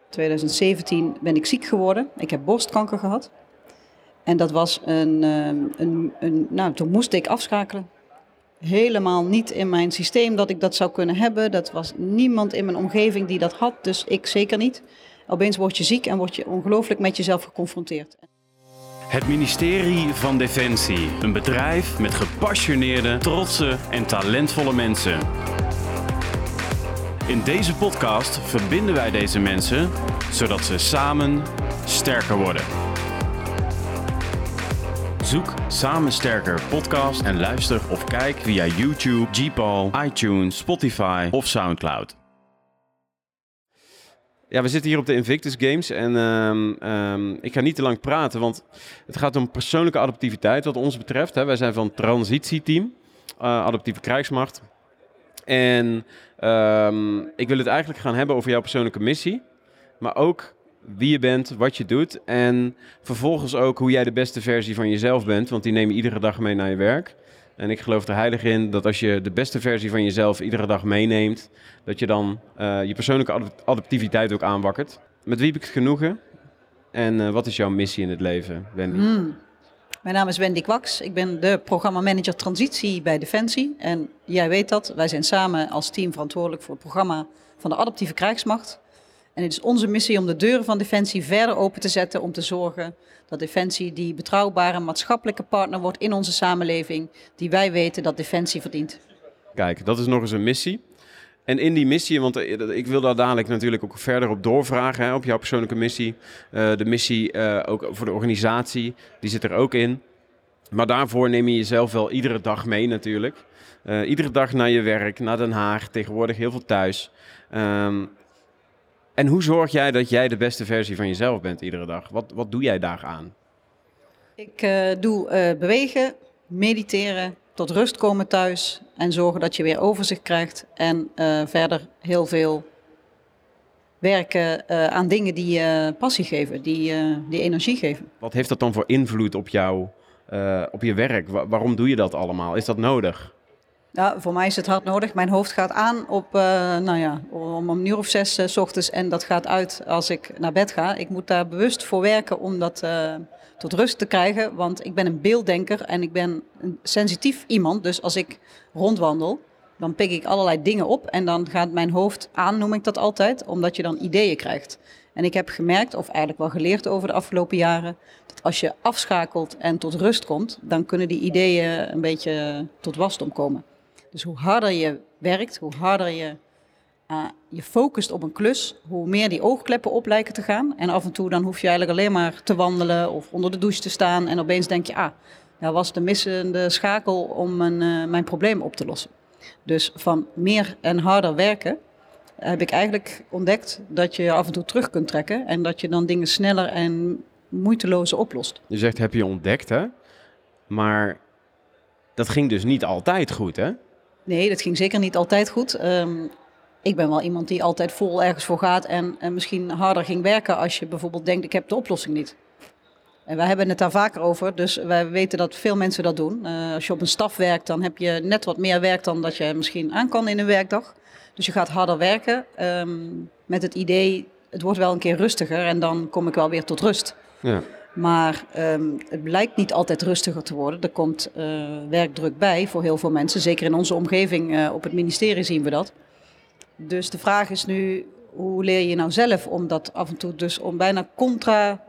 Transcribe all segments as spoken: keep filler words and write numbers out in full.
twintig zeventien ben ik ziek geworden. Ik heb borstkanker gehad. En dat was een, een, een, een... Nou, toen moest ik afschakelen. Helemaal niet in mijn systeem dat ik dat zou kunnen hebben. Dat was niemand in mijn omgeving die dat had, dus ik zeker niet. Opeens word je ziek en word je ongelooflijk met jezelf geconfronteerd. Het ministerie van Defensie. Een bedrijf met gepassioneerde, trotse en talentvolle mensen. In deze podcast verbinden wij deze mensen, zodat ze samen sterker worden. Zoek Samen Sterker podcast en luister of kijk via YouTube, Gpal, iTunes, Spotify of Soundcloud. Ja, we zitten hier op de Invictus Games en um, um, ik ga niet te lang praten, want het gaat om persoonlijke adaptiviteit wat ons betreft. Hè. Wij zijn van het transitieteam, uh, adaptieve krijgsmacht. En um, ik wil het eigenlijk gaan hebben over jouw persoonlijke missie, maar ook wie je bent, wat je doet en vervolgens ook hoe jij de beste versie van jezelf bent, want die neem je iedere dag mee naar je werk. En ik geloof er heilig in dat als je de beste versie van jezelf iedere dag meeneemt, dat je dan uh, je persoonlijke ad- adaptiviteit ook aanwakkert. Met wie heb ik het genoegen? En uh, wat is jouw missie in het leven, Wendy? Hmm. Mijn naam is Wendy Kwaks. Ik ben de programmamanager transitie bij Defensie. En jij weet dat, wij zijn samen als team verantwoordelijk voor het programma van de adaptieve krijgsmacht. En het is onze missie om de deuren van Defensie verder open te zetten om te zorgen dat Defensie die betrouwbare maatschappelijke partner wordt in onze samenleving die wij weten dat Defensie verdient. Kijk, dat is nog eens een missie. En in die missie, want ik wil daar dadelijk natuurlijk ook verder op doorvragen, hè, op jouw persoonlijke missie. Uh, de missie uh, ook voor de organisatie, die zit er ook in. Maar daarvoor neem je jezelf wel iedere dag mee natuurlijk. Uh, iedere dag naar je werk, naar Den Haag, tegenwoordig heel veel thuis. Um, En hoe zorg jij dat jij de beste versie van jezelf bent iedere dag? Wat, wat doe jij daaraan? Ik uh, doe uh, bewegen, mediteren, tot rust komen thuis en zorgen dat je weer overzicht krijgt. En uh, verder heel veel werken uh, aan dingen die uh, passie geven, die, uh, die energie geven. Wat heeft dat dan voor invloed op jou, uh, op je werk? Wa- waarom doe je dat allemaal? Is dat nodig? Ja, voor mij is het hard nodig. Mijn hoofd gaat aan op, uh, nou ja, om een uur of zes uh, 's ochtends en dat gaat uit als ik naar bed ga. Ik moet daar bewust voor werken om dat uh, tot rust te krijgen, want ik ben een beelddenker en ik ben een sensitief iemand. Dus als ik rondwandel, dan pik ik allerlei dingen op en dan gaat mijn hoofd aan, noem ik dat altijd, omdat je dan ideeën krijgt. En ik heb gemerkt, of eigenlijk wel geleerd over de afgelopen jaren, dat als je afschakelt en tot rust komt, dan kunnen die ideeën een beetje tot wasdom komen. Dus hoe harder je werkt, hoe harder je uh, je focust op een klus, hoe meer die oogkleppen op lijken te gaan. En af en toe dan hoef je eigenlijk alleen maar te wandelen of onder de douche te staan. En opeens denk je, ah, dat was de missende schakel om mijn, uh, mijn probleem op te lossen. Dus van meer en harder werken heb ik eigenlijk ontdekt dat je af en toe terug kunt trekken. En dat je dan dingen sneller en moeitelozer oplost. Je zegt, heb je ontdekt, hè? Maar dat ging dus niet altijd goed, hè? Nee, dat ging zeker niet altijd goed. Um, ik ben wel iemand die altijd vol ergens voor gaat en, en misschien harder ging werken als je bijvoorbeeld denkt, ik heb de oplossing niet. En wij hebben het daar vaker over, dus wij weten dat veel mensen dat doen. Uh, als je op een staf werkt, dan heb je net wat meer werk dan dat je misschien aan kan in een werkdag. Dus je gaat harder werken um, met het idee, het wordt wel een keer rustiger en dan kom ik wel weer tot rust. Ja. Maar um, het blijkt niet altijd rustiger te worden. Er komt uh, werkdruk bij voor heel veel mensen. Zeker in onze omgeving uh, op het ministerie zien we dat. Dus de vraag is nu, hoe leer je nou zelf om dat af en toe dus om bijna contra...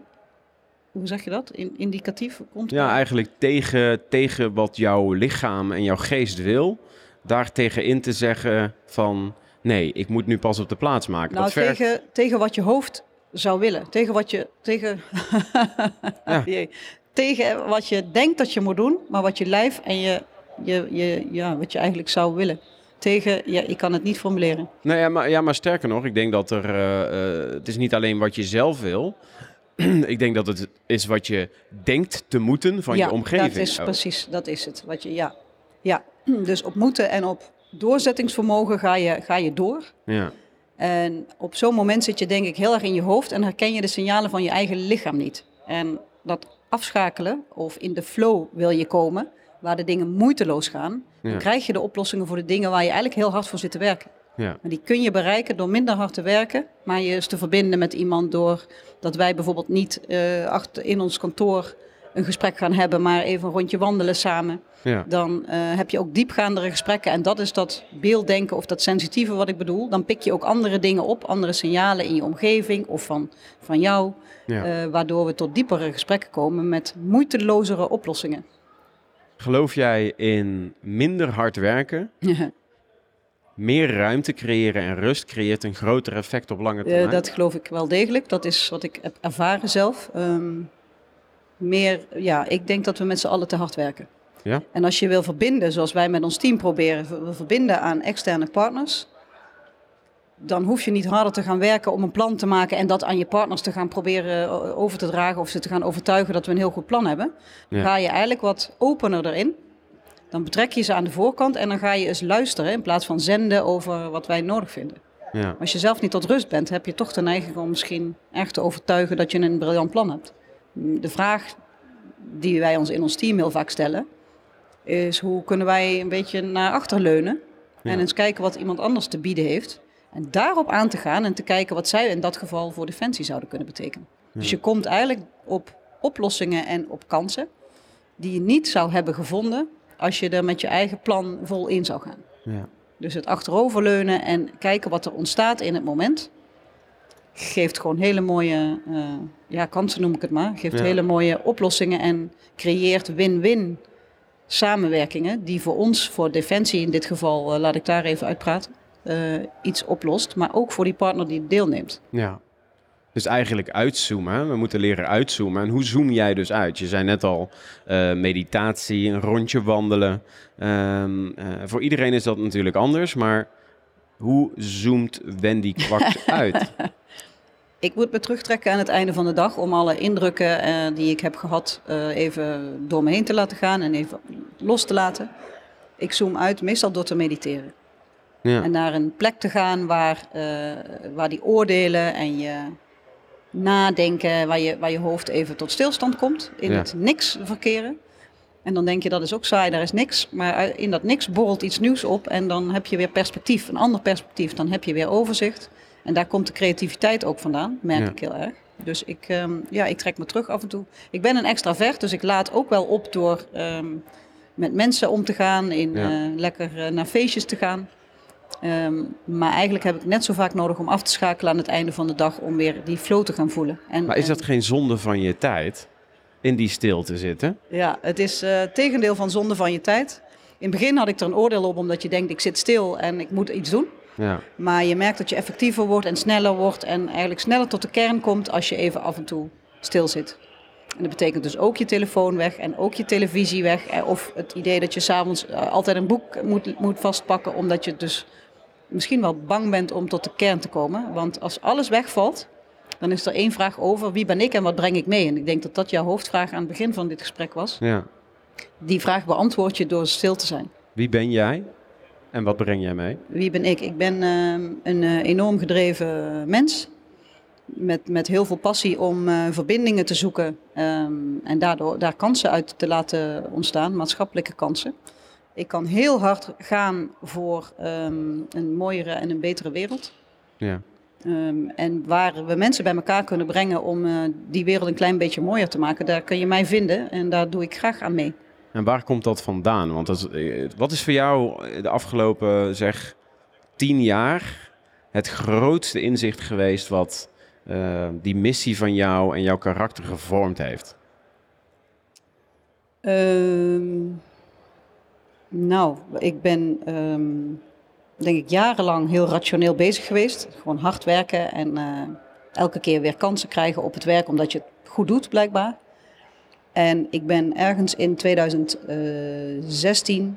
Hoe zeg je dat? In, indicatief? Contra... Ja, eigenlijk tegen, tegen wat jouw lichaam en jouw geest wil. Daar tegenin te zeggen van, nee, ik moet nu pas op de plaats maken. Nou, dat vergt... tegen, tegen wat je hoofd zou willen. Tegen wat je... Tegen... ja. tegen wat je denkt dat je moet doen, maar wat je lijf en je, je, je, ja, wat je eigenlijk zou willen. Tegen, ja, ik kan het niet formuleren. Nou ja, maar, ja, maar sterker nog, ik denk dat er, uh, uh, het is niet alleen wat je zelf wil. Ik denk dat het is wat je denkt te moeten van ja, je omgeving. Dat is oh. precies, dat is het. Wat je, ja. Ja, dus op moeten en op doorzettingsvermogen ga je, ga je door. Ja. En op zo'n moment zit je denk ik heel erg in je hoofd en herken je de signalen van je eigen lichaam niet. En dat afschakelen of in de flow wil je komen, waar de dingen moeiteloos gaan, Ja. dan krijg je de oplossingen voor de dingen waar je eigenlijk heel hard voor zit te werken. Ja. Maar die kun je bereiken door minder hard te werken, maar je eens te verbinden met iemand door dat wij bijvoorbeeld niet uh, achter in ons kantoor een gesprek gaan hebben, maar even een rondje wandelen samen. Ja. Dan uh, heb je ook diepgaandere gesprekken en dat is dat beelddenken of dat sensitieve wat ik bedoel. Dan pik je ook andere dingen op, andere signalen in je omgeving of van, van jou, Ja. uh, waardoor we tot diepere gesprekken komen met moeitelozere oplossingen. Geloof jij in minder hard werken? Meer ruimte creëren en rust creëert een groter effect op lange termijn? Uh, dat geloof ik wel degelijk. Dat is wat ik heb ervaren zelf. Um, meer, ja, ik denk dat we met z'n allen te hard werken. Ja? En als je wil verbinden, zoals wij met ons team proberen, we verbinden aan externe partners, dan hoef je niet harder te gaan werken om een plan te maken en dat aan je partners te gaan proberen over te dragen of ze te gaan overtuigen dat we een heel goed plan hebben. Dan Ja. ga je eigenlijk wat opener erin. Dan betrek je ze aan de voorkant en dan ga je eens luisteren in plaats van zenden over wat wij nodig vinden. Ja. Als je zelf niet tot rust bent, heb je toch de neiging om misschien echt te overtuigen dat je een briljant plan hebt. De vraag die wij ons in ons team heel vaak stellen, is hoe kunnen wij een beetje naar achter leunen en Ja. eens kijken wat iemand anders te bieden heeft. En daarop aan te gaan en te kijken wat zij in dat geval voor Defensie zouden kunnen betekenen. Ja. Dus je komt eigenlijk op oplossingen en op kansen die je niet zou hebben gevonden als je er met je eigen plan vol in zou gaan. Ja. Dus het achteroverleunen en kijken wat er ontstaat in het moment, geeft gewoon hele mooie uh, ja, kansen, noem ik het maar. Geeft Ja. hele mooie oplossingen en creëert win-win samenwerkingen die voor ons, voor Defensie in dit geval, uh, laat ik daar even uitpraten, uh, iets oplost. Maar ook voor die partner die deelneemt. Ja. Dus eigenlijk uitzoomen. Hè? We moeten leren uitzoomen. En hoe zoom jij dus uit? Je zei net al, uh, meditatie, een rondje wandelen. Um, uh, voor iedereen is dat natuurlijk anders. Maar hoe zoomt Wendy Kwak uit? Ik moet me terugtrekken aan het einde van de dag om alle indrukken uh, die ik heb gehad uh, even door me heen te laten gaan en even los te laten. Ik zoom uit meestal door te mediteren. Ja. En naar een plek te gaan waar, uh, waar die oordelen en je nadenken, waar je, waar je hoofd even tot stilstand komt. In Ja. het niks verkeren. En dan denk je dat is ook saai, daar is niks. Maar in dat niks borrelt iets nieuws op en dan heb je weer perspectief, een ander perspectief. Dan heb je weer overzicht. En daar komt de creativiteit ook vandaan, merk Ja. ik heel erg. Dus ik, um, ja, ik trek me terug af en toe. Ik ben een extravert, dus ik laat ook wel op door um, met mensen om te gaan, in, Ja. uh, lekker uh, naar feestjes te gaan. Um, maar eigenlijk heb ik net zo vaak nodig om af te schakelen aan het einde van de dag om weer die flow te gaan voelen. En, Maar is dat en, geen zonde van je tijd? In die stilte zitten? Ja, het is uh, het tegendeel van zonde van je tijd. In het begin had ik er een oordeel op omdat je denkt ik zit stil en ik moet iets doen. Ja. Maar je merkt dat je effectiever wordt en sneller wordt en eigenlijk sneller tot de kern komt als je even af en toe stil zit. En dat betekent dus ook je telefoon weg en ook je televisie weg. Of het idee dat je s'avonds uh, altijd een boek moet, moet vastpakken omdat je dus misschien wel bang bent om tot de kern te komen. Want als alles wegvalt, dan is er één vraag over: wie ben ik en wat breng ik mee? En ik denk dat dat jouw hoofdvraag aan het begin van dit gesprek was. Ja. Die vraag beantwoord je door stil te zijn. Wie ben jij en wat breng jij mee? Wie ben ik? Ik ben uh, een uh, enorm gedreven mens. Met, met heel veel passie om uh, verbindingen te zoeken. Um, en daardoor daar kansen uit te laten ontstaan, maatschappelijke kansen. Ik kan heel hard gaan voor um, een mooiere en een betere wereld. Ja. Um, en waar we mensen bij elkaar kunnen brengen om uh, die wereld een klein beetje mooier te maken, daar kun je mij vinden en daar doe ik graag aan mee. En waar komt dat vandaan? Want dat is, wat is voor jou de afgelopen, zeg, tien jaar het grootste inzicht geweest wat uh, die missie van jou en jouw karakter gevormd heeft? Um, nou, ik ben um, denk ik jarenlang heel rationeel bezig geweest. Gewoon hard werken en uh, elke keer weer kansen krijgen op het werk omdat je het goed doet blijkbaar. En ik ben ergens in tweeduizend zestien,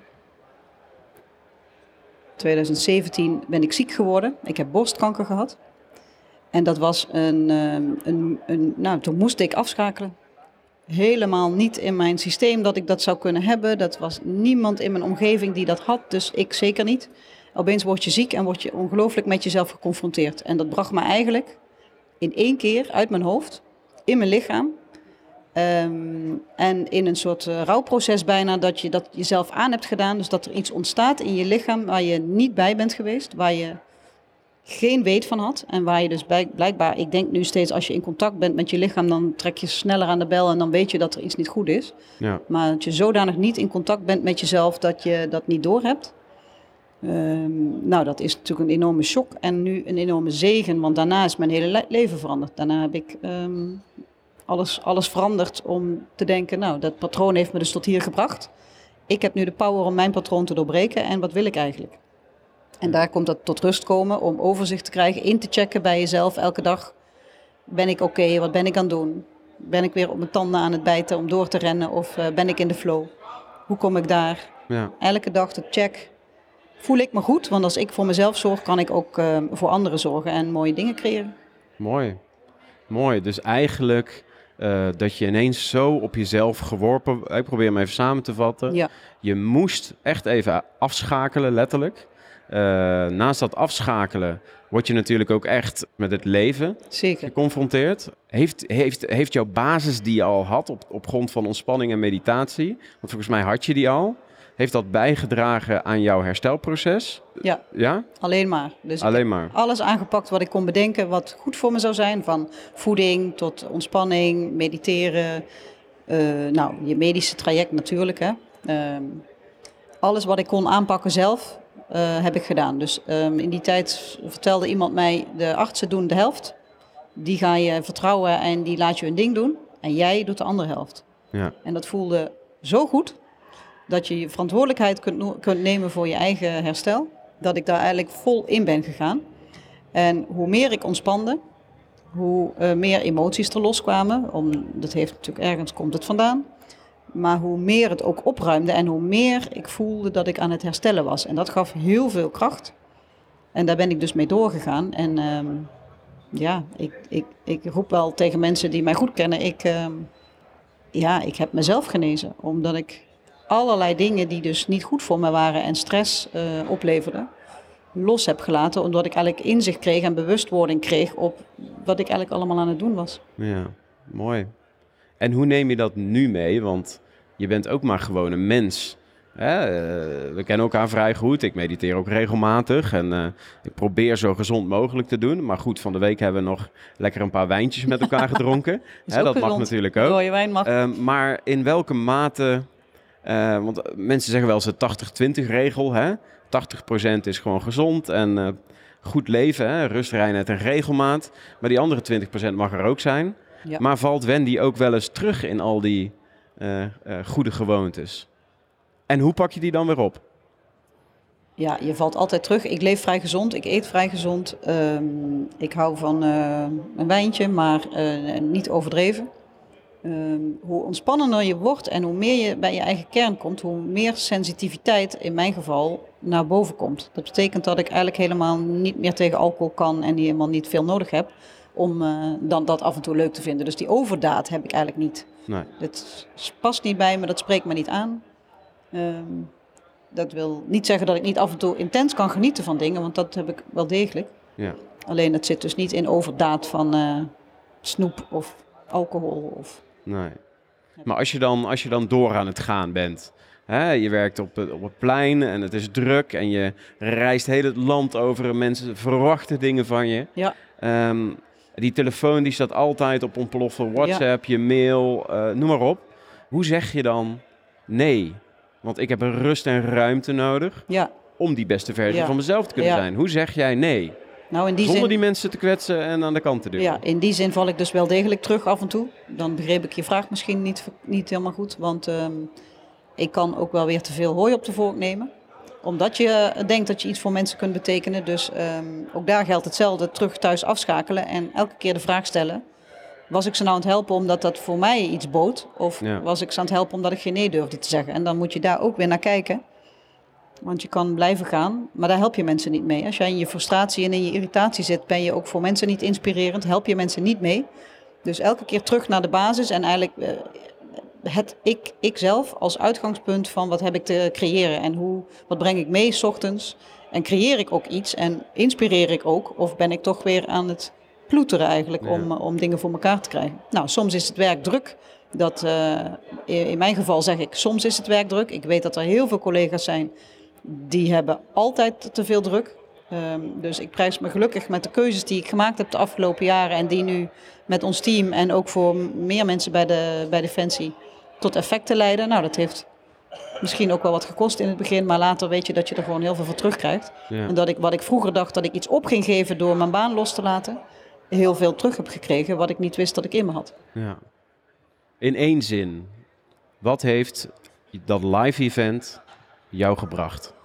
tweeduizend zeventien ben ik ziek geworden. Ik heb borstkanker gehad. En dat was een, een, een, een nou, toen moest ik afschakelen. Helemaal niet in mijn systeem dat ik dat zou kunnen hebben. Dat was niemand in mijn omgeving die dat had, dus ik zeker niet. Opeens word je ziek en word je ongelooflijk met jezelf geconfronteerd. En dat bracht me eigenlijk in één keer uit mijn hoofd, in mijn lichaam, Um, en in een soort uh, rouwproces bijna dat je dat jezelf aan hebt gedaan. Dus dat er iets ontstaat in je lichaam waar je niet bij bent geweest. Waar je geen weet van had. En waar je dus bij, blijkbaar, ik denk nu steeds als je in contact bent met je lichaam, dan trek je sneller aan de bel en dan weet je dat er iets niet goed is. Ja. Maar dat je zodanig niet in contact bent met jezelf dat je dat niet doorhebt. Um, nou, dat is natuurlijk een enorme shock en nu een enorme zegen, want daarna is mijn hele le- leven veranderd. Daarna heb ik um, alles, alles veranderd om te denken, nou, dat patroon heeft me dus tot hier gebracht. Ik heb nu de power om mijn patroon te doorbreken en wat wil ik eigenlijk? En daar komt dat tot rust komen om overzicht te krijgen, in te checken bij jezelf elke dag. Ben ik oké? Okay? Wat ben ik aan het doen? Ben ik weer op mijn tanden aan het bijten om door te rennen of uh, ben ik in de flow? Hoe kom ik daar? Ja. Elke dag de check. Voel ik me goed? Want als ik voor mezelf zorg, kan ik ook uh, voor anderen zorgen en mooie dingen creëren. Mooi. Mooi. Dus eigenlijk uh, dat je ineens zo op jezelf geworpen... Ik probeer hem even samen te vatten. Ja. Je moest echt even afschakelen, letterlijk. Uh, naast dat afschakelen word je natuurlijk ook echt met het leven Zeker. geconfronteerd. Heeft, heeft, heeft jouw basis die je al had op, op grond van ontspanning en meditatie, want volgens mij had je die al, heeft dat bijgedragen aan jouw herstelproces? Ja, ja? alleen maar. Dus alleen maar. Alles aangepakt wat ik kon bedenken wat goed voor me zou zijn. Van voeding tot ontspanning, mediteren. Uh, nou, je medische traject natuurlijk. Hè. Uh, alles wat ik kon aanpakken zelf, uh, heb ik gedaan. Dus um, in die tijd vertelde iemand mij, de artsen doen de helft. Die ga je vertrouwen en die laat je hun ding doen. En jij doet de andere helft. Ja. En dat voelde zo goed dat je je verantwoordelijkheid kunt, no- kunt nemen voor je eigen herstel. Dat ik daar eigenlijk vol in ben gegaan. En hoe meer ik ontspande, hoe uh, meer emoties er loskwamen. Om, dat heeft natuurlijk ergens komt het vandaan. Maar hoe meer het ook opruimde en hoe meer ik voelde dat ik aan het herstellen was. En dat gaf heel veel kracht. En daar ben ik dus mee doorgegaan. En um, ja, ik, ik, ik roep wel tegen mensen die mij goed kennen. Ik, um, ja, ik heb mezelf genezen. Omdat ik allerlei dingen die dus niet goed voor me waren en stress uh, opleverden, los heb gelaten. Omdat ik eigenlijk inzicht kreeg en bewustwording kreeg op wat ik eigenlijk allemaal aan het doen was. Ja, mooi. En hoe neem je dat nu mee? Want je bent ook maar gewoon een mens. Hè? Uh, we kennen elkaar vrij goed. Ik mediteer ook regelmatig. En uh, ik probeer zo gezond mogelijk te doen. Maar goed, van de week hebben we nog lekker een paar wijntjes met elkaar gedronken. Hè, dat mag natuurlijk ook. Rode wijn mag. Uh, maar in welke mate... Uh, want mensen zeggen wel eens de tachtig twintig regel. Hè? tachtig procent is gewoon gezond en uh, goed leven. Hè? Rust, reinheid en regelmaat. Maar die andere twintig procent mag er ook zijn. Ja. Maar valt Wendy ook wel eens terug in al die uh, uh, goede gewoontes? En hoe pak je die dan weer op? Ja, je valt altijd terug. Ik leef vrij gezond, ik eet vrij gezond. Um, ik hou van uh, een wijntje, maar uh, niet overdreven. Um, hoe ontspannender je wordt en hoe meer je bij je eigen kern komt, hoe meer sensitiviteit in mijn geval naar boven komt. Dat betekent dat ik eigenlijk helemaal niet meer tegen alcohol kan en helemaal niet veel nodig heb om uh, dan dat af en toe leuk te vinden. Dus die overdaad heb ik eigenlijk niet. Nee. Dat past niet bij me, dat spreekt me niet aan. Um, dat wil niet zeggen dat ik niet af en toe intens kan genieten van dingen, want dat heb ik wel degelijk. Ja. Alleen het zit dus niet in overdaad van uh, snoep of alcohol. Of... Nee. Maar als je dan, als je dan door aan het gaan bent, hè, je werkt op het, op het plein en het is druk en je reist heel het land over en mensen verwachten dingen van je. Ja. Um, die telefoon die staat altijd op ontploffen, WhatsApp, ja. Je mail, uh, noem maar op. Hoe zeg je dan nee? Want ik heb rust en ruimte nodig ja. om die beste versie ja. van mezelf te kunnen ja. zijn. Hoe zeg jij nee? Nou, in die Zonder zin, die mensen te kwetsen en aan de kant te duwen. Ja, in die zin val ik dus wel degelijk terug af en toe. Dan begreep ik je vraag misschien niet, niet helemaal goed. Want um, ik kan ook wel weer te veel hooi op de vork nemen. Omdat je denkt dat je iets voor mensen kunt betekenen. Dus um, ook daar geldt hetzelfde. Terug thuis afschakelen en elke keer de vraag stellen. Was ik ze nou aan het helpen omdat dat voor mij iets bood? Of ja. was ik ze aan het helpen omdat ik geen nee durfde te zeggen? En dan moet je daar ook weer naar kijken. Want je kan blijven gaan, maar daar help je mensen niet mee. Als jij in je frustratie en in je irritatie zit, ben je ook voor mensen niet inspirerend. Help je mensen niet mee. Dus elke keer terug naar de basis en eigenlijk uh, het ik, ikzelf als uitgangspunt van wat heb ik te creëren. En hoe, wat breng ik mee 's ochtends. En creëer ik ook iets en inspireer ik ook. Of ben ik toch weer aan het ploeteren eigenlijk Ja. om, om dingen voor elkaar te krijgen. Nou, soms is het werk druk. Dat, uh, in mijn geval zeg ik, soms is het werk druk. Ik weet dat er heel veel collega's zijn die hebben altijd te veel druk. Um, dus ik prijs me gelukkig met de keuzes die ik gemaakt heb de afgelopen jaren en die nu met ons team en ook voor meer mensen bij, de, bij Defensie tot effecten leiden. Nou, dat heeft misschien ook wel wat gekost in het begin, maar later weet je dat je er gewoon heel veel voor terugkrijgt. Ja. En dat ik wat ik vroeger dacht dat ik iets op ging geven door mijn baan los te laten, heel veel terug heb gekregen wat ik niet wist dat ik in me had. Ja. In één zin, wat heeft dat live event jou gebracht?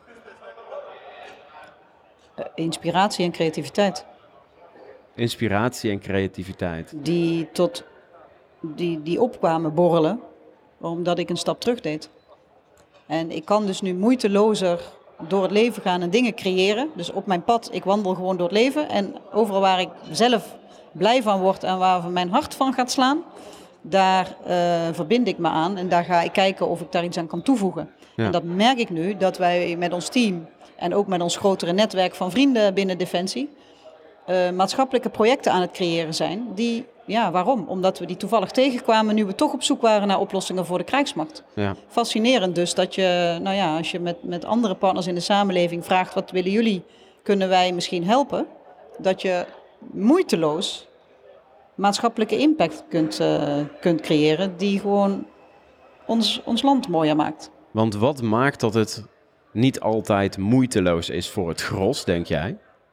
Uh, inspiratie en creativiteit. Inspiratie en creativiteit. Die, tot, die, die opkwamen borrelen, omdat ik een stap terug deed. En ik kan dus nu moeitelozer door het leven gaan en dingen creëren. Dus op mijn pad, ik wandel gewoon door het leven. En overal waar ik zelf blij van word en waar mijn hart van gaat slaan, daar uh, verbind ik me aan. En daar ga ik kijken of ik daar iets aan kan toevoegen. Ja. En dat merk ik nu, dat wij met ons team en ook met ons grotere netwerk van vrienden binnen Defensie Uh, maatschappelijke projecten aan het creëren zijn. Die, ja, waarom? Omdat we die toevallig tegenkwamen nu we toch op zoek waren naar oplossingen voor de krijgsmacht. Ja. Fascinerend dus dat je, nou ja, als je met, met andere partners in de samenleving vraagt wat willen jullie, kunnen wij misschien helpen, dat je moeiteloos maatschappelijke impact kunt, uh, kunt creëren die gewoon ons, ons land mooier maakt. Want wat maakt dat het niet altijd moeiteloos is voor het gros, denk jij?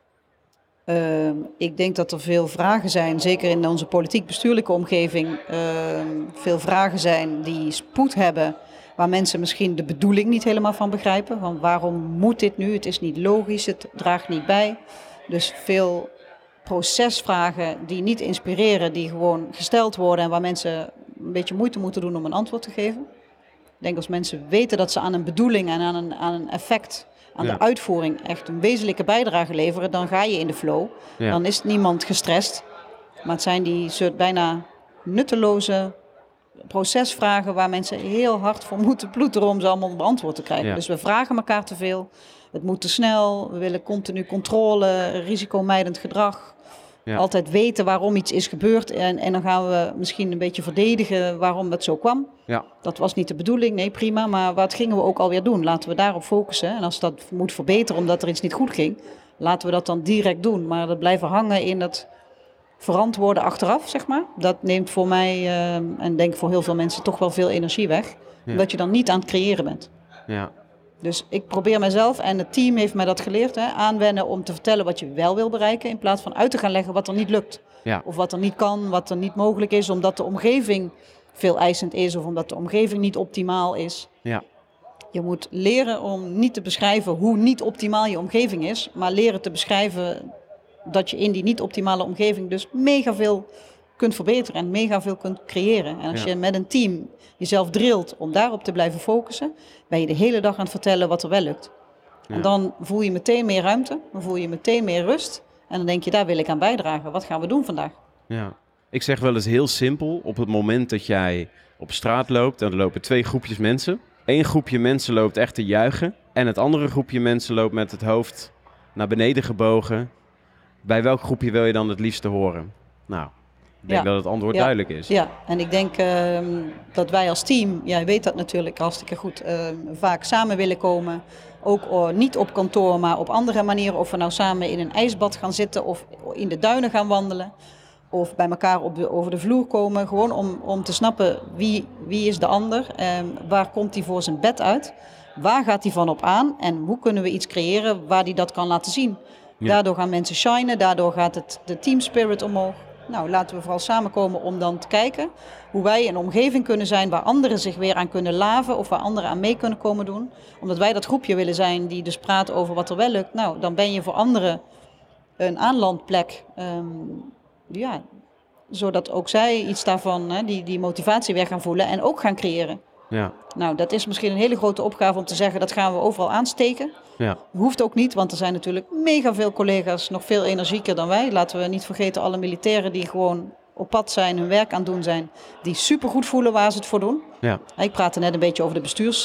Uh, ik denk dat er veel vragen zijn, zeker in onze politiek-bestuurlijke omgeving, uh, veel vragen zijn die spoed hebben, waar mensen misschien de bedoeling niet helemaal van begrijpen. Want waarom moet dit nu? Het is niet logisch, het draagt niet bij. Dus veel procesvragen die niet inspireren, die gewoon gesteld worden en waar mensen een beetje moeite moeten doen om een antwoord te geven. Ik denk als mensen weten dat ze aan een bedoeling en aan een, aan een effect, aan ja. de uitvoering echt een wezenlijke bijdrage leveren, dan ga je in de flow. Ja. Dan is niemand gestrest. Maar het zijn die soort bijna nutteloze procesvragen waar mensen heel hard voor moeten ploeteren om ze allemaal beantwoord te krijgen. Ja. Dus we vragen elkaar te veel. Het moet te snel. We willen continu controle, risicomijdend gedrag. Ja. Altijd weten waarom iets is gebeurd. En, en dan gaan we misschien een beetje verdedigen waarom het zo kwam. Ja. Dat was niet de bedoeling, nee prima. Maar wat gingen we ook alweer doen? Laten we daarop focussen. En als dat moet verbeteren omdat er iets niet goed ging, laten we dat dan direct doen. Maar dat blijven hangen in het verantwoorden achteraf, zeg maar. Dat neemt voor mij, uh, en denk voor heel veel mensen, toch wel veel energie weg. Ja. Omdat je dan niet aan het creëren bent. Ja. Dus ik probeer mezelf, en het team heeft mij dat geleerd, hè, aanwennen om te vertellen wat je wel wil bereiken, in plaats van uit te gaan leggen wat er niet lukt. Ja. Of wat er niet kan, wat er niet mogelijk is, omdat de omgeving veel eisend is of omdat de omgeving niet optimaal is. Ja. Je moet leren om niet te beschrijven hoe niet optimaal je omgeving is, maar leren te beschrijven dat je in die niet optimale omgeving dus mega veel kunt verbeteren en mega veel kunt creëren. En als ja. je met een team jezelf drilt om daarop te blijven focussen, ben je de hele dag aan het vertellen wat er wel lukt. Ja. En dan voel je meteen meer ruimte, dan voel je meteen meer rust. En dan denk je, daar wil ik aan bijdragen. Wat gaan we doen vandaag? Ja. Ik zeg wel eens heel simpel, op het moment dat jij op straat loopt, en er lopen twee groepjes mensen. Eén groepje mensen loopt echt te juichen en het andere groepje mensen loopt met het hoofd naar beneden gebogen. Bij welk groepje wil je dan het liefste horen? Nou, ik denk ja. dat het antwoord ja. duidelijk is. Ja, en ik denk uh, dat wij als team, jij ja, weet dat natuurlijk hartstikke goed, uh, vaak samen willen komen. Ook uh, niet op kantoor, maar op andere manieren. Of we nou samen in een ijsbad gaan zitten of in de duinen gaan wandelen. Of bij elkaar op de, over de vloer komen. Gewoon om, om te snappen wie, wie is de ander. Um, waar komt hij voor zijn bed uit? Waar gaat hij van op aan? En hoe kunnen we iets creëren waar hij dat kan laten zien? Ja. Daardoor gaan mensen shinen. Daardoor gaat het, de team spirit omhoog. Nou, laten we vooral samenkomen om dan te kijken hoe wij een omgeving kunnen zijn waar anderen zich weer aan kunnen laven of waar anderen aan mee kunnen komen doen. Omdat wij dat groepje willen zijn die dus praat over wat er wel lukt. Nou, dan ben je voor anderen een aanlandplek. Um, ja, zodat ook zij iets daarvan, hè, die, die motivatie weer gaan voelen en ook gaan creëren. Ja. Nou, dat is misschien een hele grote opgave om te zeggen, dat gaan we overal aansteken. Ja. Hoeft ook niet, want er zijn natuurlijk mega veel collega's, nog veel energieker dan wij. Laten we niet vergeten alle militairen die gewoon op pad zijn, hun werk aan het doen zijn, die supergoed voelen waar ze het voor doen. Ja. Ik praatte net een beetje over de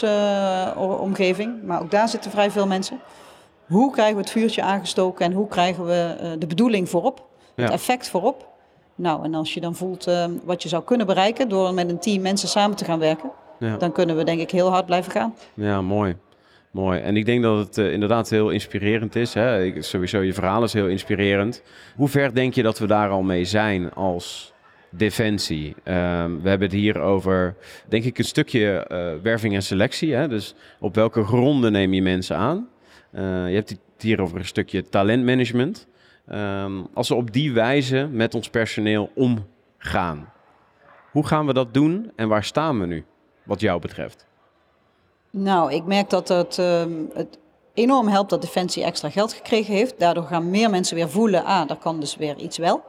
bestuursomgeving, uh, maar ook daar zitten vrij veel mensen. Hoe krijgen we het vuurtje aangestoken en hoe krijgen we uh, de bedoeling voorop? Het Ja. effect voorop. Nou, en als je dan voelt uh, wat je zou kunnen bereiken door met een team mensen samen te gaan werken, Ja. dan kunnen we denk ik heel hard blijven gaan. Ja, mooi. Mooi. En ik denk dat het uh, inderdaad heel inspirerend is. Hè? Ik, sowieso, je verhaal is heel inspirerend. Hoe ver denk je dat we daar al mee zijn als Defensie? Uh, we hebben het hier over, denk ik, een stukje uh, werving en selectie. Hè? Dus op welke gronden neem je mensen aan? Uh, je hebt het hier over een stukje talentmanagement. Um, als we op die wijze met ons personeel omgaan, hoe gaan we dat doen en waar staan we nu, wat jou betreft? Nou, ik merk dat het, uh, het enorm helpt dat Defensie extra geld gekregen heeft. Daardoor gaan meer mensen weer voelen, ah, daar kan dus weer iets wel.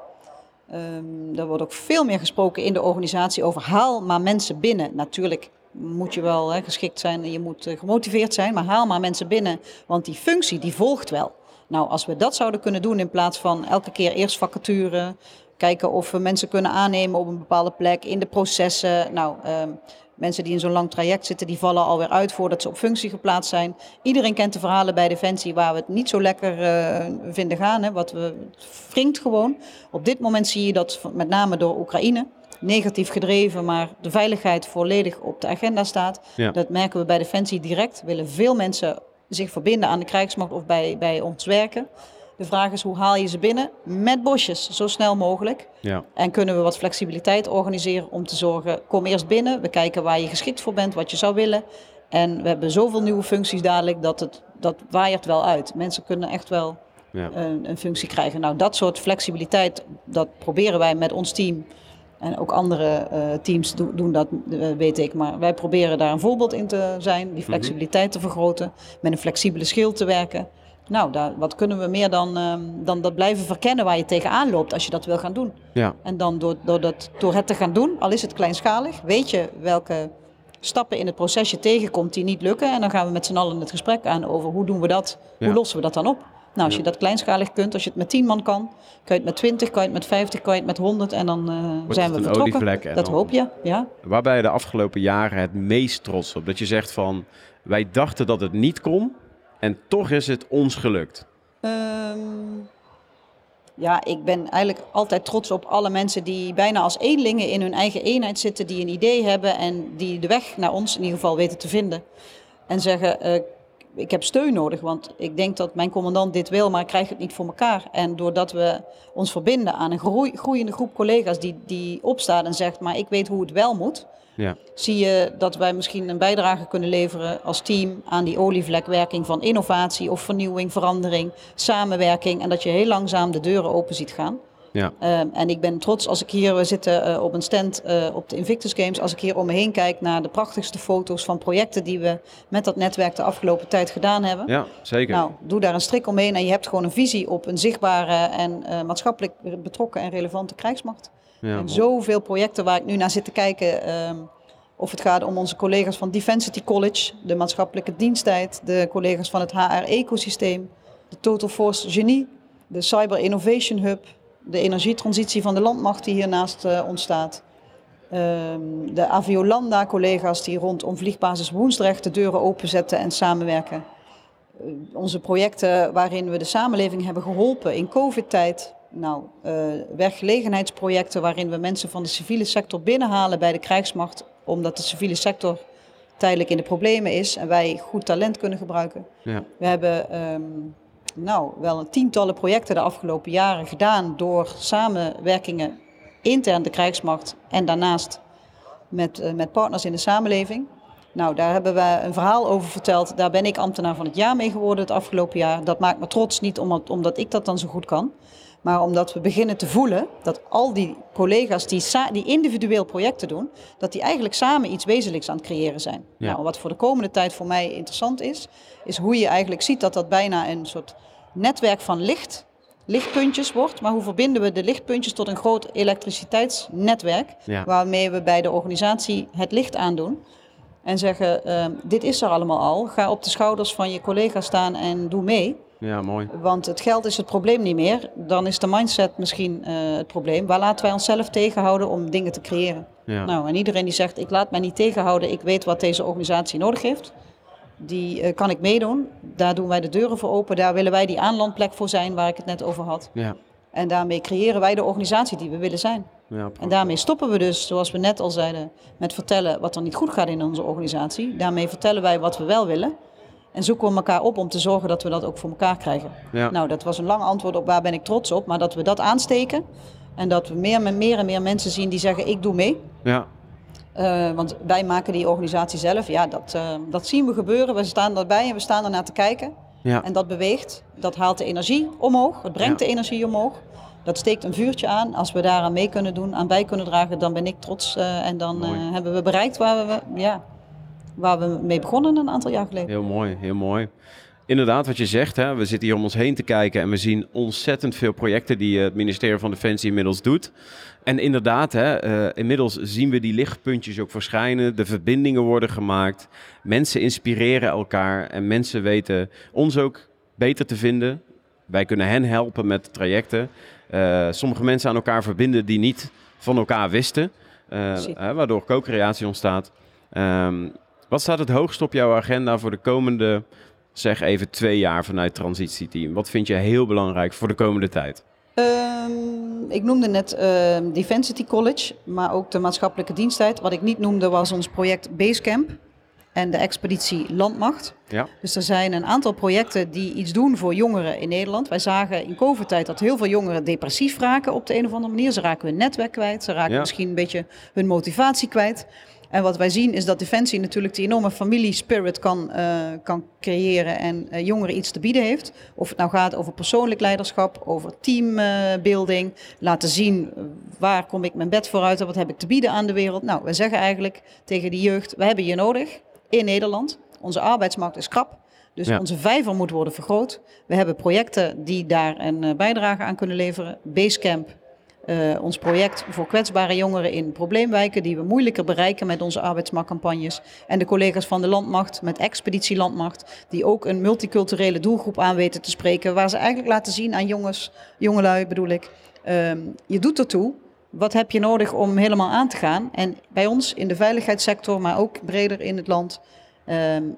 Um, er wordt ook veel meer gesproken in de organisatie over haal maar mensen binnen. Natuurlijk moet je wel hè, geschikt zijn en je moet uh, gemotiveerd zijn, maar haal maar mensen binnen, want die functie die volgt wel. Nou, als we dat zouden kunnen doen in plaats van elke keer eerst vacature, kijken of we mensen kunnen aannemen op een bepaalde plek in de processen. Nou, um, mensen die in zo'n lang traject zitten, die vallen alweer uit voordat ze op functie geplaatst zijn. Iedereen kent de verhalen bij Defensie waar we het niet zo lekker uh, vinden gaan. Hè, wat we, het wringt gewoon. Op dit moment zie je dat met name door Oekraïne negatief gedreven, maar de veiligheid volledig op de agenda staat. Ja. Dat merken we bij Defensie direct. Willen veel mensen zich verbinden aan de krijgsmacht of bij, bij ons werken. De vraag is, hoe haal je ze binnen? Met bosjes, zo snel mogelijk. Ja. En kunnen we wat flexibiliteit organiseren om te zorgen, kom eerst binnen. We kijken waar je geschikt voor bent, wat je zou willen. En we hebben zoveel nieuwe functies dadelijk, dat het dat waaiert wel uit. Mensen kunnen echt wel ja. een, een functie krijgen. Nou, dat soort flexibiliteit, dat proberen wij met ons team. En ook andere uh, teams do- doen dat, uh, weet ik. Maar wij proberen daar een voorbeeld in te zijn. Die flexibiliteit mm-hmm. te vergroten. Met een flexibele schil te werken. Nou, daar, wat kunnen we meer dan, um, dan dat blijven verkennen waar je tegenaan loopt als je dat wil gaan doen. Ja. En dan door, door, dat, door het te gaan doen, al is het kleinschalig, weet je welke stappen in het proces je tegenkomt die niet lukken. En dan gaan we met z'n allen het gesprek aan over hoe doen we dat, ja. hoe lossen we dat dan op. Nou, als je dat kleinschalig kunt, als je het met tien man kan, kan je het met twintig, kan je het met vijftig, kan je het met honderd en dan uh, zijn we vertrokken. Dat hoop je, ja. Waar ben je de afgelopen jaren het meest trots op? Dat je zegt van, wij dachten dat het niet kon en toch is het ons gelukt. Um, ja, ik ben eigenlijk altijd trots op alle mensen die bijna als eenlingen in hun eigen eenheid zitten, die een idee hebben en die de weg naar ons in ieder geval weten te vinden. En zeggen, uh, ik heb steun nodig, want ik denk dat mijn commandant dit wil, maar ik krijg het niet voor elkaar. En doordat we ons verbinden aan een groei, groeiende groep collega's die, die opstaat en zegt, maar ik weet hoe het wel moet. Ja. Zie je dat wij misschien een bijdrage kunnen leveren als team aan die olievlekwerking van innovatie of vernieuwing, verandering, samenwerking. En dat je heel langzaam de deuren open ziet gaan. Ja. Uh, en ik ben trots als ik hier, we zitten uh, op een stand uh, op de Invictus Games, als ik hier om me heen kijk naar de prachtigste foto's van projecten die we met dat netwerk de afgelopen tijd gedaan hebben. Ja, zeker. Nou, doe daar een strik omheen en je hebt gewoon een visie op een zichtbare en uh, maatschappelijk betrokken en relevante krijgsmacht. Ja, en zoveel projecten waar ik nu naar zit te kijken, uh, of het gaat om onze collega's van Defensity College, de maatschappelijke diensttijd, de collega's van het H R-ecosysteem, de Total Force Genie, de Cyber Innovation Hub, de energietransitie van de landmacht die hiernaast uh, ontstaat. Um, de Aviolanda-collega's die rondom vliegbasis Woensdrecht de deuren openzetten en samenwerken. Uh, onze projecten waarin we de samenleving hebben geholpen in covid-tijd. Nou, uh, werkgelegenheidsprojecten waarin we mensen van de civiele sector binnenhalen bij de krijgsmacht, omdat de civiele sector tijdelijk in de problemen is en wij goed talent kunnen gebruiken. Ja. We hebben um, nou, wel een tientallen projecten de afgelopen jaren gedaan door samenwerkingen intern de krijgsmacht en daarnaast met, uh, met partners in de samenleving. Nou, daar hebben we een verhaal over verteld. Daar ben ik ambtenaar van het jaar mee geworden het afgelopen jaar. Dat maakt me trots, niet omdat, omdat ik dat dan zo goed kan, maar omdat we beginnen te voelen dat al die collega's die, sa- die individueel projecten doen, dat die eigenlijk samen iets wezenlijks aan het creëren zijn. Ja. Nou, wat voor de komende tijd voor mij interessant is, is hoe je eigenlijk ziet dat dat bijna een soort netwerk van licht, lichtpuntjes wordt. Maar hoe verbinden we de lichtpuntjes tot een groot elektriciteitsnetwerk, ja. waarmee we bij de organisatie het licht aandoen. En zeggen, uh, dit is er allemaal al. Ga op de schouders van je collega's staan en doe mee. Ja, mooi. Want het geld is het probleem niet meer. Dan is de mindset misschien uh, het probleem. Waar laten wij onszelf tegenhouden om dingen te creëren? Ja. Nou, en iedereen die zegt, ik laat mij niet tegenhouden. Ik weet wat deze organisatie nodig heeft. Die uh, kan ik meedoen. Daar doen wij de deuren voor open. Daar willen wij die aanlandplek voor zijn waar ik het net over had. Ja. En daarmee creëren wij de organisatie die we willen zijn. Ja, en daarmee stoppen we dus, zoals we net al zeiden, met vertellen wat er niet goed gaat in onze organisatie. Daarmee vertellen wij wat we wel willen. En zoeken we elkaar op om te zorgen dat we dat ook voor elkaar krijgen. Ja. Nou, dat was een lang antwoord op waar ben ik trots op. Maar dat we dat aansteken en dat we meer en meer en meer mensen zien die zeggen ik doe mee. Ja. Uh, want wij maken die organisatie zelf. Ja, dat, uh, dat zien we gebeuren. We staan daarbij en we staan ernaar te kijken. Ja. En dat beweegt. Dat haalt de energie omhoog. Het brengt ja. de energie omhoog. Dat steekt een vuurtje aan. Als we daaraan mee kunnen doen, aan bij kunnen dragen, dan ben ik trots. Uh, en dan uh, hebben we bereikt waar we, ja, waar we mee begonnen een aantal jaar geleden. Heel mooi, heel mooi. Inderdaad, wat je zegt, hè, we zitten hier om ons heen te kijken en we zien ontzettend veel projecten die het ministerie van Defensie inmiddels doet. En inderdaad, hè, uh, inmiddels zien we die lichtpuntjes ook verschijnen, de verbindingen worden gemaakt, mensen inspireren elkaar en mensen weten ons ook beter te vinden. Wij kunnen hen helpen met trajecten. Uh, sommige mensen aan elkaar verbinden die niet van elkaar wisten, uh, hè, waardoor co-creatie ontstaat. Um, wat staat het hoogst op jouw agenda voor de komende, zeg even twee jaar vanuit transitieteam? Wat vind je heel belangrijk voor de komende tijd? Um, ik noemde net uh, Defensity College, maar ook de maatschappelijke diensttijd. Wat ik niet noemde was ons project Basecamp en de expeditie Landmacht. Ja. Dus er zijn een aantal projecten die iets doen voor jongeren in Nederland. Wij zagen in COVID-tijd dat heel veel jongeren depressief raken op de een of andere manier. Ze raken hun netwerk kwijt, ze raken ja. misschien een beetje hun motivatie kwijt. En wat wij zien is dat Defensie natuurlijk die enorme familiespirit kan, uh, kan creëren en uh, jongeren iets te bieden heeft. Of het nou gaat over persoonlijk leiderschap, over teambuilding. Uh, laten zien uh, waar kom ik mijn bed vooruit en wat heb ik te bieden aan de wereld. Nou, wij zeggen eigenlijk tegen die jeugd, we hebben je nodig in Nederland. Onze arbeidsmarkt is krap, dus ja. onze vijver moet worden vergroot. We hebben projecten die daar een uh, bijdrage aan kunnen leveren. Basecamp. Uh, ons project voor kwetsbare jongeren in probleemwijken die we moeilijker bereiken met onze arbeidsmarktcampagnes. En de collega's van de Landmacht met Expeditie Landmacht die ook een multiculturele doelgroep aan weten te spreken. Waar ze eigenlijk laten zien aan jongens, jongelui bedoel ik, uh, je doet ertoe. Wat heb je nodig om helemaal aan te gaan? En bij ons in de veiligheidssector, maar ook breder in het land, uh,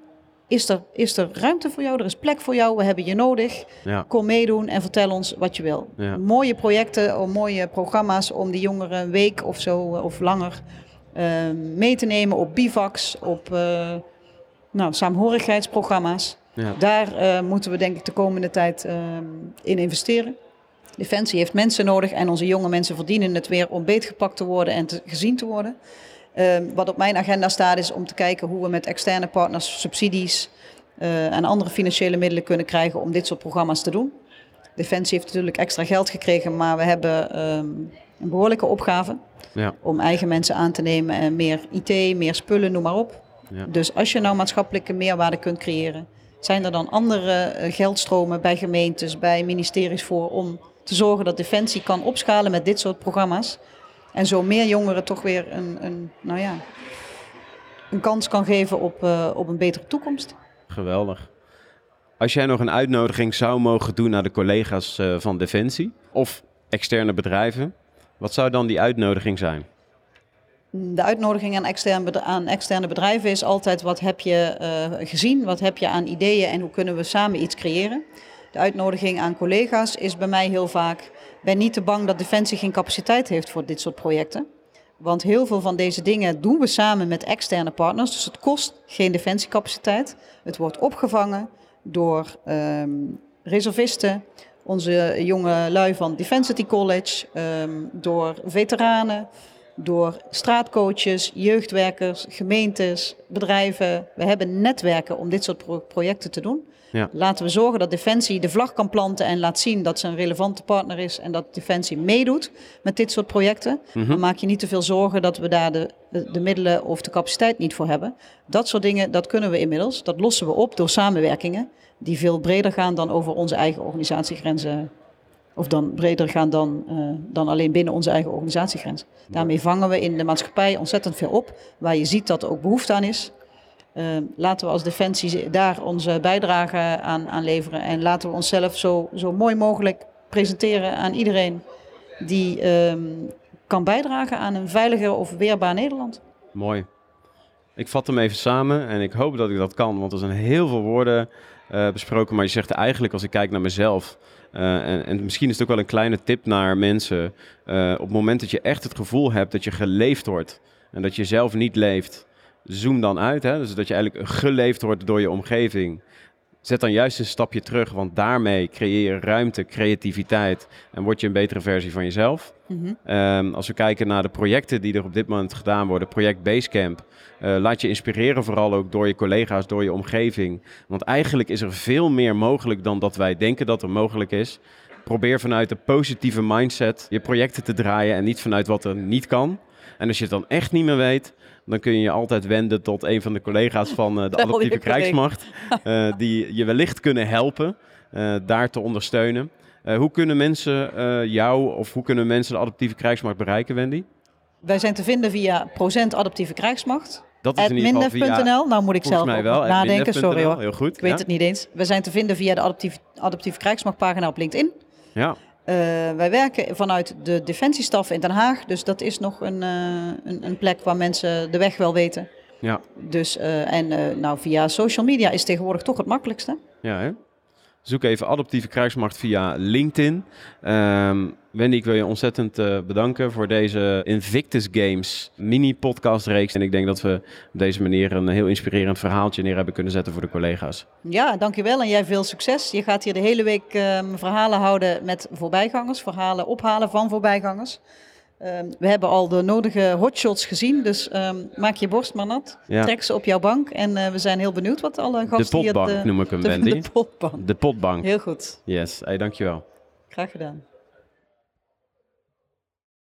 Is er, is er ruimte voor jou, er is plek voor jou, we hebben je nodig. Ja. Kom meedoen en vertel ons wat je wil. Ja. Mooie projecten, mooie programma's om die jongeren een week of zo of langer uh, mee te nemen op bivaks, op uh, nou, saamhorigheidsprogramma's. Ja. Daar uh, moeten we denk ik de komende tijd uh, in investeren. Defensie heeft mensen nodig en onze jonge mensen verdienen het weer om beetgepakt te worden en te, gezien te worden. Uh, wat op mijn agenda staat is om te kijken hoe we met externe partners subsidies uh, en andere financiële middelen kunnen krijgen om dit soort programma's te doen. Defensie heeft natuurlijk extra geld gekregen, maar we hebben um, een behoorlijke opgave ja. om eigen mensen aan te nemen en meer I T, meer spullen, noem maar op. Ja. Dus als je nou maatschappelijke meerwaarde kunt creëren, zijn er dan andere uh, geldstromen bij gemeentes, bij ministeries voor om te zorgen dat Defensie kan opschalen met dit soort programma's. En zo meer jongeren toch weer een, een, nou ja, een kans kan geven op, uh, op een betere toekomst. Geweldig. Als jij nog een uitnodiging zou mogen doen naar de collega's uh, van Defensie of externe bedrijven, wat zou dan die uitnodiging zijn? De uitnodiging aan externe, aan externe bedrijven is altijd wat heb je uh, gezien, wat heb je aan ideeën en hoe kunnen we samen iets creëren. De uitnodiging aan collega's is bij mij heel vaak, ben niet te bang dat Defensie geen capaciteit heeft voor dit soort projecten. Want heel veel van deze dingen doen we samen met externe partners. Dus het kost geen defensiecapaciteit. Het wordt opgevangen door um, reservisten, onze jonge lui van Defensity College, um, door veteranen, door straatcoaches, jeugdwerkers, gemeentes, bedrijven. We hebben netwerken om dit soort pro- projecten te doen. Ja. Laten we zorgen dat Defensie de vlag kan planten en laat zien dat ze een relevante partner is en dat Defensie meedoet met dit soort projecten. Mm-hmm. Dan maak je niet te veel zorgen dat we daar de, de, de middelen of de capaciteit niet voor hebben. Dat soort dingen, dat kunnen we inmiddels. Dat lossen we op door samenwerkingen die veel breder gaan dan over onze eigen organisatiegrenzen. Of dan breder gaan dan, uh, dan alleen binnen onze eigen organisatiegrens. Daarmee vangen we in de maatschappij ontzettend veel op, waar je ziet dat er ook behoefte aan is. Uh, laten we als Defensie daar onze bijdrage aan, aan leveren. En laten we onszelf zo, zo mooi mogelijk presenteren aan iedereen die um, kan bijdragen aan een veiliger of weerbaar Nederland. Mooi. Ik vat hem even samen en ik hoop dat ik dat kan, want er zijn heel veel woorden uh, besproken. Maar je zegt eigenlijk, als ik kijk naar mezelf, Uh, en, en misschien is het ook wel een kleine tip naar mensen. Uh, op het moment dat je echt het gevoel hebt dat je geleefd wordt en dat je zelf niet leeft, zoom dan uit. Hè? Dus dat je eigenlijk geleefd wordt door je omgeving. Zet dan juist een stapje terug, want daarmee creëer je ruimte, creativiteit en word je een betere versie van jezelf. Mm-hmm. Um, als we kijken naar de projecten die er op dit moment gedaan worden, project Basecamp, uh, laat je inspireren vooral ook door je collega's, door je omgeving. Want eigenlijk is er veel meer mogelijk dan dat wij denken dat er mogelijk is. Probeer vanuit een positieve mindset je projecten te draaien en niet vanuit wat er niet kan. En als je het dan echt niet meer weet, dan kun je je altijd wenden tot een van de collega's van uh, de Adaptieve Krijgsmacht. Uh, die je wellicht kunnen helpen uh, daar te ondersteunen. Uh, hoe kunnen mensen uh, jou of hoe kunnen mensen de Adaptieve Krijgsmacht bereiken, Wendy? Wij zijn te vinden via Procent Adaptieve Krijgsmacht. Dat is in ieder geval via... Nou moet ik zelf mij wel, nadenken, sorry hoor. Heel goed. Ik weet ja. het niet eens. We zijn te vinden via de Adaptieve, Adaptieve Krijgsmacht pagina op LinkedIn. Ja. Uh, wij werken vanuit de Defensiestaf in Den Haag. Dus dat is nog een, uh, een, een plek waar mensen de weg wel weten. Ja. Dus, uh, en uh, nou, via social media is tegenwoordig toch het makkelijkste. Ja, hè? Zoek even Adaptieve Krijgsmacht via LinkedIn. Um, Wendy, ik wil je ontzettend uh, bedanken voor deze Invictus Games mini-podcastreeks. En ik denk dat we op deze manier een heel inspirerend verhaaltje neer hebben kunnen zetten voor de collega's. Ja, dankjewel en jij veel succes. Je gaat hier de hele week uh, verhalen houden met voorbijgangers, verhalen ophalen van voorbijgangers. Uh, we hebben al de nodige hotshots gezien, dus um, maak je borst maar nat. Ja. Trek ze op jouw bank en uh, we zijn heel benieuwd wat alle gasten hier... De potbank hier noem ik hem, Wendy. De potbank. De potbank. Heel goed. Yes, hey, dankjewel. Graag gedaan.